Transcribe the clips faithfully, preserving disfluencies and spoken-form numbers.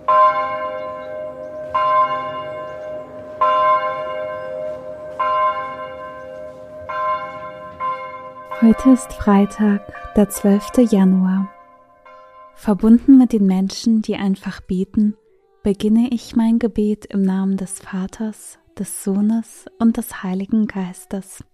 Heute ist Freitag, der zwölfte Januar. Verbunden mit den Menschen, die einfach beten, beginne ich mein Gebet im Namen des Vaters, des Sohnes und des Heiligen Geistes.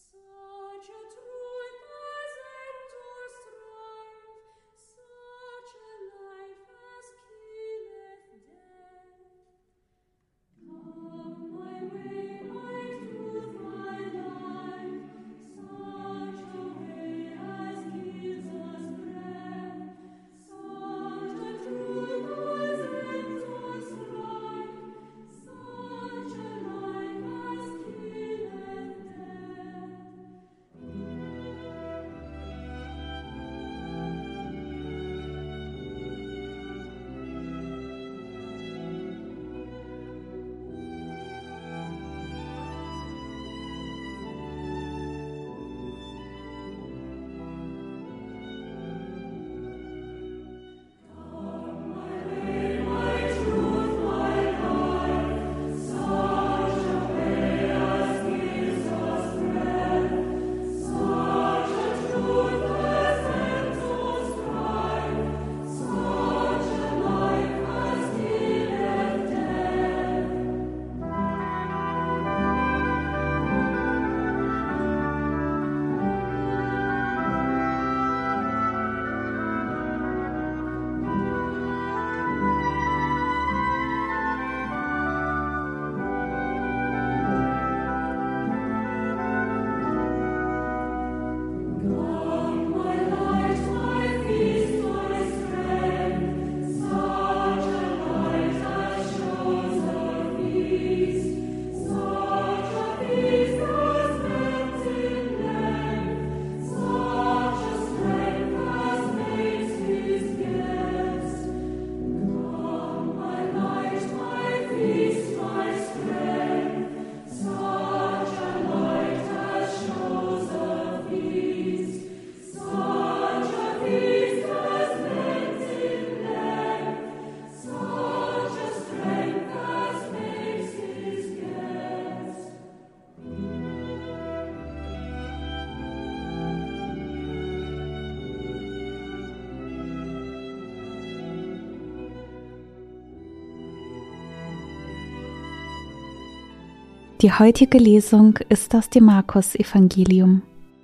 Die heutige Lesung ist aus dem Markus-Evangelium.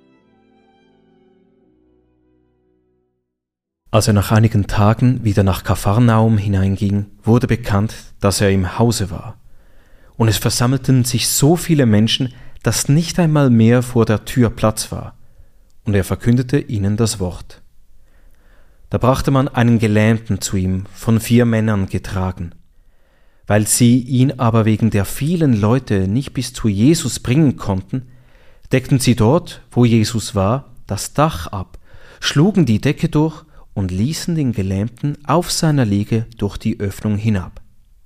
Als er nach einigen Tagen wieder nach Kapharnaum hineinging, wurde bekannt, dass er im Hause war. Und es versammelten sich so viele Menschen, dass nicht einmal mehr vor der Tür Platz war. Und er verkündete ihnen das Wort. Da brachte man einen Gelähmten zu ihm, von vier Männern getragen. Weil sie ihn aber wegen der vielen Leute nicht bis zu Jesus bringen konnten, deckten sie dort, wo Jesus war, das Dach ab, schlugen die Decke durch und ließen den Gelähmten auf seiner Liege durch die Öffnung hinab.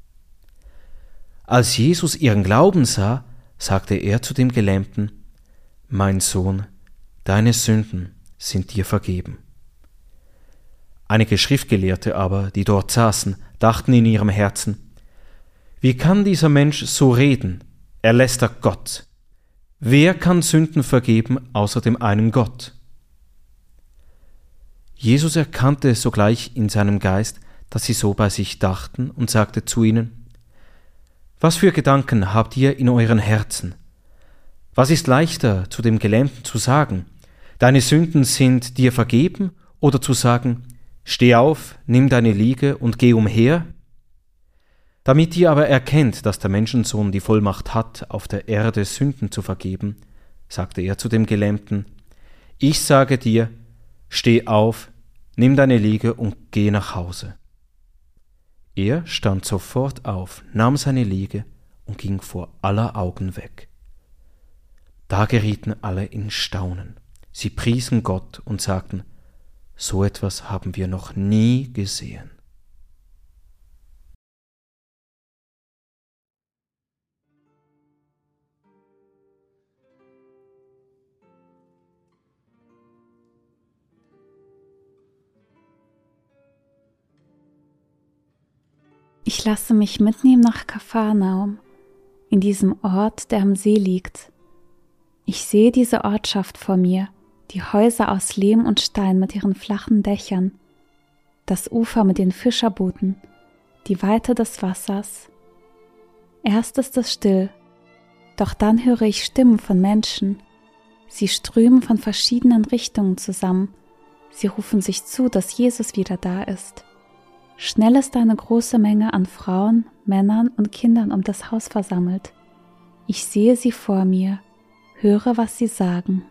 Als Jesus ihren Glauben sah, sagte er zu dem Gelähmten: »Mein Sohn, deine Sünden sind dir vergeben.« Einige Schriftgelehrte aber, die dort saßen, dachten in ihrem Herzen: Wie kann dieser Mensch so reden? Er lästert Gott. Wer kann Sünden vergeben außer dem einen Gott? Jesus erkannte sogleich in seinem Geist, dass sie so bei sich dachten, und sagte zu ihnen: Was für Gedanken habt ihr in euren Herzen? Was ist leichter, zu dem Gelähmten zu sagen: Deine Sünden sind dir vergeben, oder zu sagen: Steh auf, nimm deine Liege und geh umher? Damit ihr aber erkennt, dass der Menschensohn die Vollmacht hat, auf der Erde Sünden zu vergeben, sagte er zu dem Gelähmten: Ich sage dir, steh auf, nimm deine Liege und geh nach Hause. Er stand sofort auf, nahm seine Liege und ging vor aller Augen weg. Da gerieten alle in Staunen. Sie priesen Gott und sagten: So etwas haben wir noch nie gesehen. Ich lasse mich mitnehmen nach Kapharnaum, in diesem Ort, der am See liegt. Ich sehe diese Ortschaft vor mir, die Häuser aus Lehm und Stein mit ihren flachen Dächern, das Ufer mit den Fischerbooten, die Weite des Wassers. Erst ist es still, doch dann höre ich Stimmen von Menschen. Sie strömen von verschiedenen Richtungen zusammen. Sie rufen sich zu, dass Jesus wieder da ist. Schnell ist eine große Menge an Frauen, Männern und Kindern um das Haus versammelt. Ich sehe sie vor mir, höre, was sie sagen.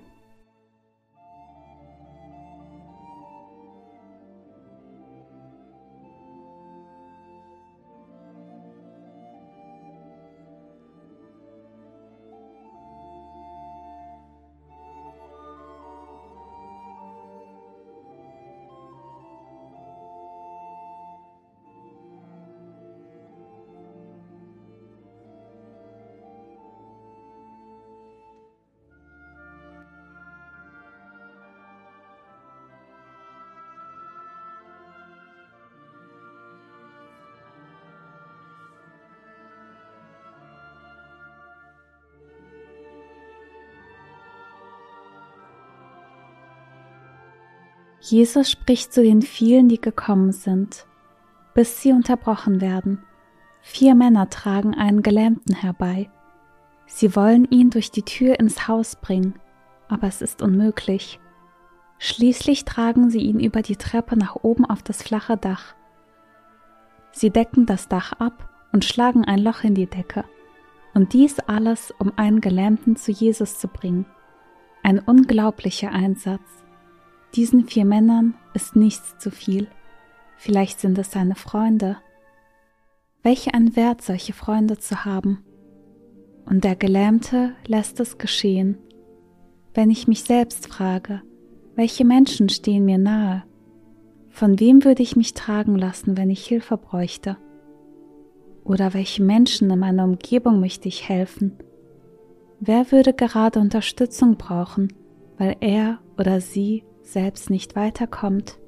Jesus spricht zu den vielen, die gekommen sind, bis sie unterbrochen werden. Vier Männer tragen einen Gelähmten herbei. Sie wollen ihn durch die Tür ins Haus bringen, aber es ist unmöglich. Schließlich tragen sie ihn über die Treppe nach oben auf das flache Dach. Sie decken das Dach ab und schlagen ein Loch in die Decke. Und dies alles, um einen Gelähmten zu Jesus zu bringen. Ein unglaublicher Einsatz. Diesen vier Männern ist nichts zu viel. Vielleicht sind es seine Freunde. Welch ein Wert, solche Freunde zu haben. Und der Gelähmte lässt es geschehen. Wenn ich mich selbst frage, welche Menschen stehen mir nahe? Von wem würde ich mich tragen lassen, wenn ich Hilfe bräuchte? Oder welchen Menschen in meiner Umgebung möchte ich helfen? Wer würde gerade Unterstützung brauchen, weil er oder sie selbst nicht weiterkommt?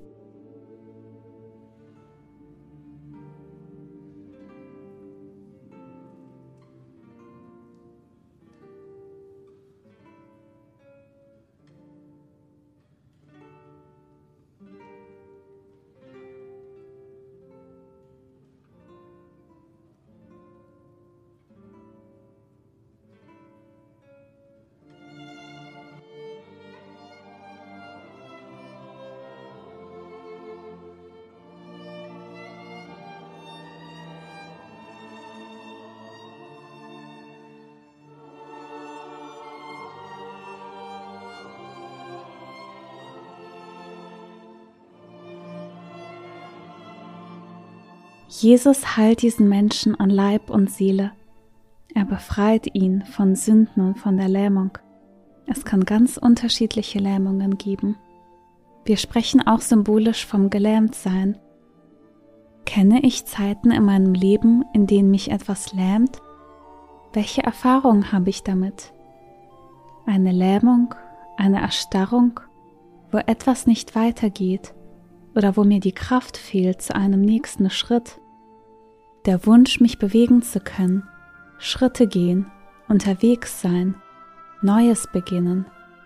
Jesus heilt diesen Menschen an Leib und Seele. Er befreit ihn von Sünden und von der Lähmung. Es kann ganz unterschiedliche Lähmungen geben. Wir sprechen auch symbolisch vom Gelähmtsein. Kenne ich Zeiten in meinem Leben, in denen mich etwas lähmt? Welche Erfahrungen habe ich damit? Eine Lähmung, eine Erstarrung, wo etwas nicht weitergeht oder wo mir die Kraft fehlt zu einem nächsten Schritt. Der Wunsch, mich bewegen zu können, Schritte gehen, unterwegs sein, Neues beginnen.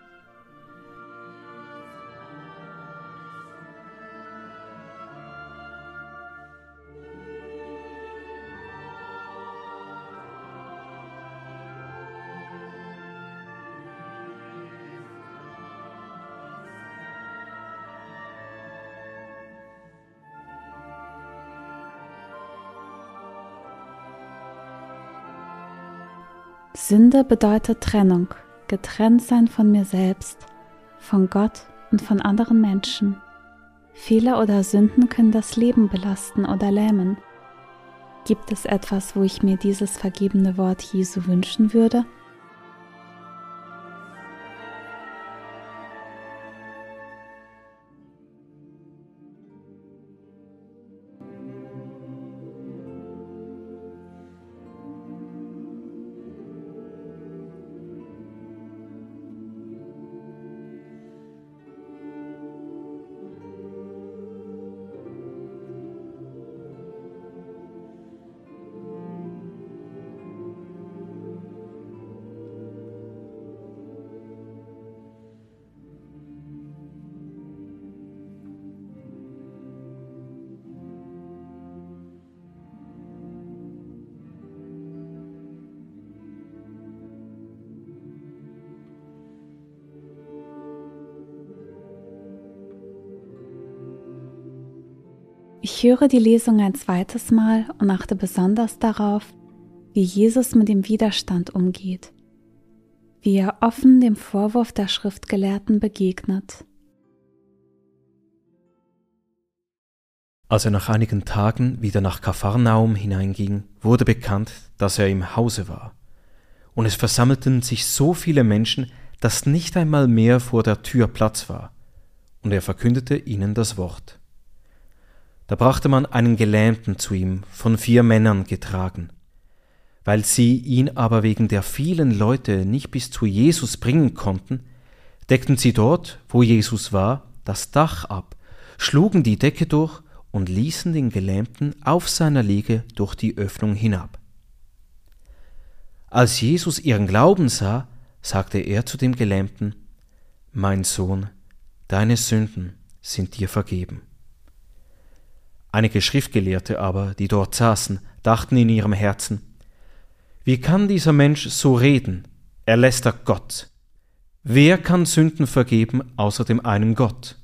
Sünde bedeutet Trennung, getrennt sein von mir selbst, von Gott und von anderen Menschen. Fehler oder Sünden können das Leben belasten oder lähmen. Gibt es etwas, wo ich mir dieses vergebene Wort Jesu wünschen würde? Ich höre die Lesung ein zweites Mal und achte besonders darauf, wie Jesus mit dem Widerstand umgeht, wie er offen dem Vorwurf der Schriftgelehrten begegnet. Als er nach einigen Tagen wieder nach Kapharnaum hineinging, wurde bekannt, dass er im Hause war. Und es versammelten sich so viele Menschen, dass nicht einmal mehr vor der Tür Platz war. Und er verkündete ihnen das Wort. Da brachte man einen Gelähmten zu ihm, von vier Männern getragen. Weil sie ihn aber wegen der vielen Leute nicht bis zu Jesus bringen konnten, deckten sie dort, wo Jesus war, das Dach ab, schlugen die Decke durch und ließen den Gelähmten auf seiner Liege durch die Öffnung hinab. Als Jesus ihren Glauben sah, sagte er zu dem Gelähmten: Mein Sohn, deine Sünden sind dir vergeben. Einige Schriftgelehrte aber, die dort saßen, dachten in ihrem Herzen: Wie kann dieser Mensch so reden? Er lästert Gott. Wer kann Sünden vergeben außer dem einen Gott?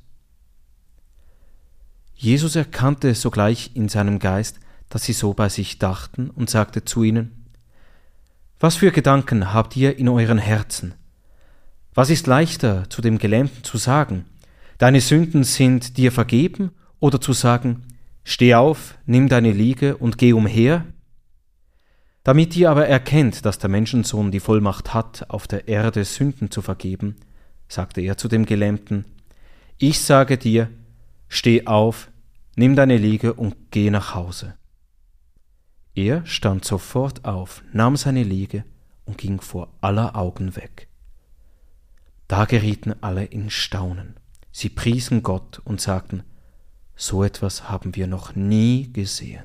Jesus erkannte sogleich in seinem Geist, dass sie so bei sich dachten, und sagte zu ihnen: Was für Gedanken habt ihr in euren Herzen? Was ist leichter, zu dem Gelähmten zu sagen: Deine Sünden sind dir vergeben, oder zu sagen: Steh auf, nimm deine Liege und geh umher? Damit ihr aber erkennt, dass der Menschensohn die Vollmacht hat, auf der Erde Sünden zu vergeben, sagte er zu dem Gelähmten: Ich sage dir, steh auf, nimm deine Liege und geh nach Hause. Er stand sofort auf, nahm seine Liege und ging vor aller Augen weg. Da gerieten alle in Staunen. Sie priesen Gott und sagten: So etwas haben wir noch nie gesehen.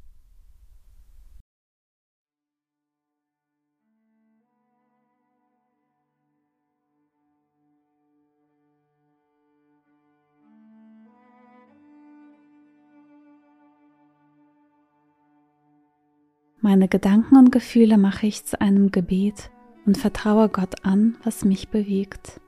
Meine Gedanken und Gefühle mache ich zu einem Gebet und vertraue Gott an, was mich bewegt.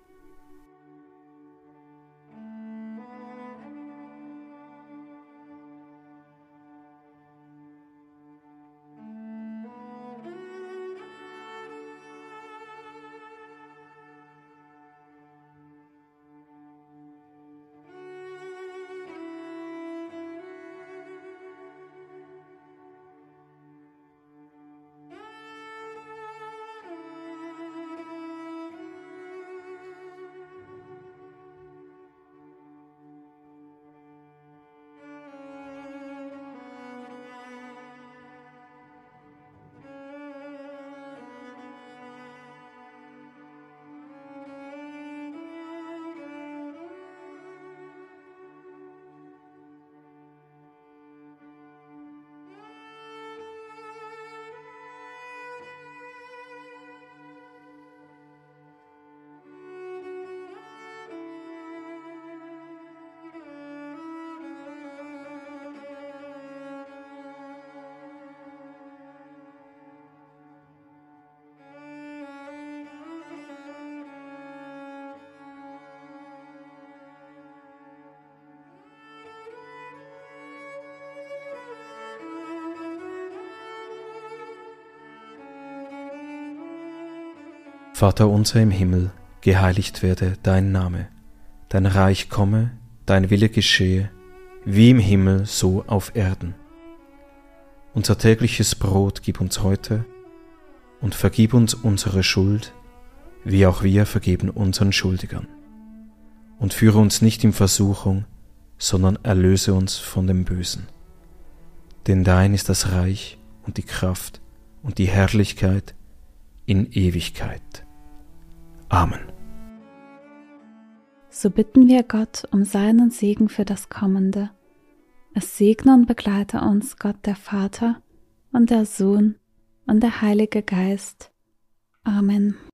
Vater unser im Himmel, geheiligt werde dein Name, dein Reich komme, dein Wille geschehe, wie im Himmel so auf Erden. Unser tägliches Brot gib uns heute und vergib uns unsere Schuld, wie auch wir vergeben unseren Schuldigern. Und führe uns nicht in Versuchung, sondern erlöse uns von dem Bösen. Denn dein ist das Reich und die Kraft und die Herrlichkeit in Ewigkeit. Amen. So bitten wir Gott um seinen Segen für das Kommende. Es segne und begleite uns Gott der Vater und der Sohn und der Heilige Geist. Amen.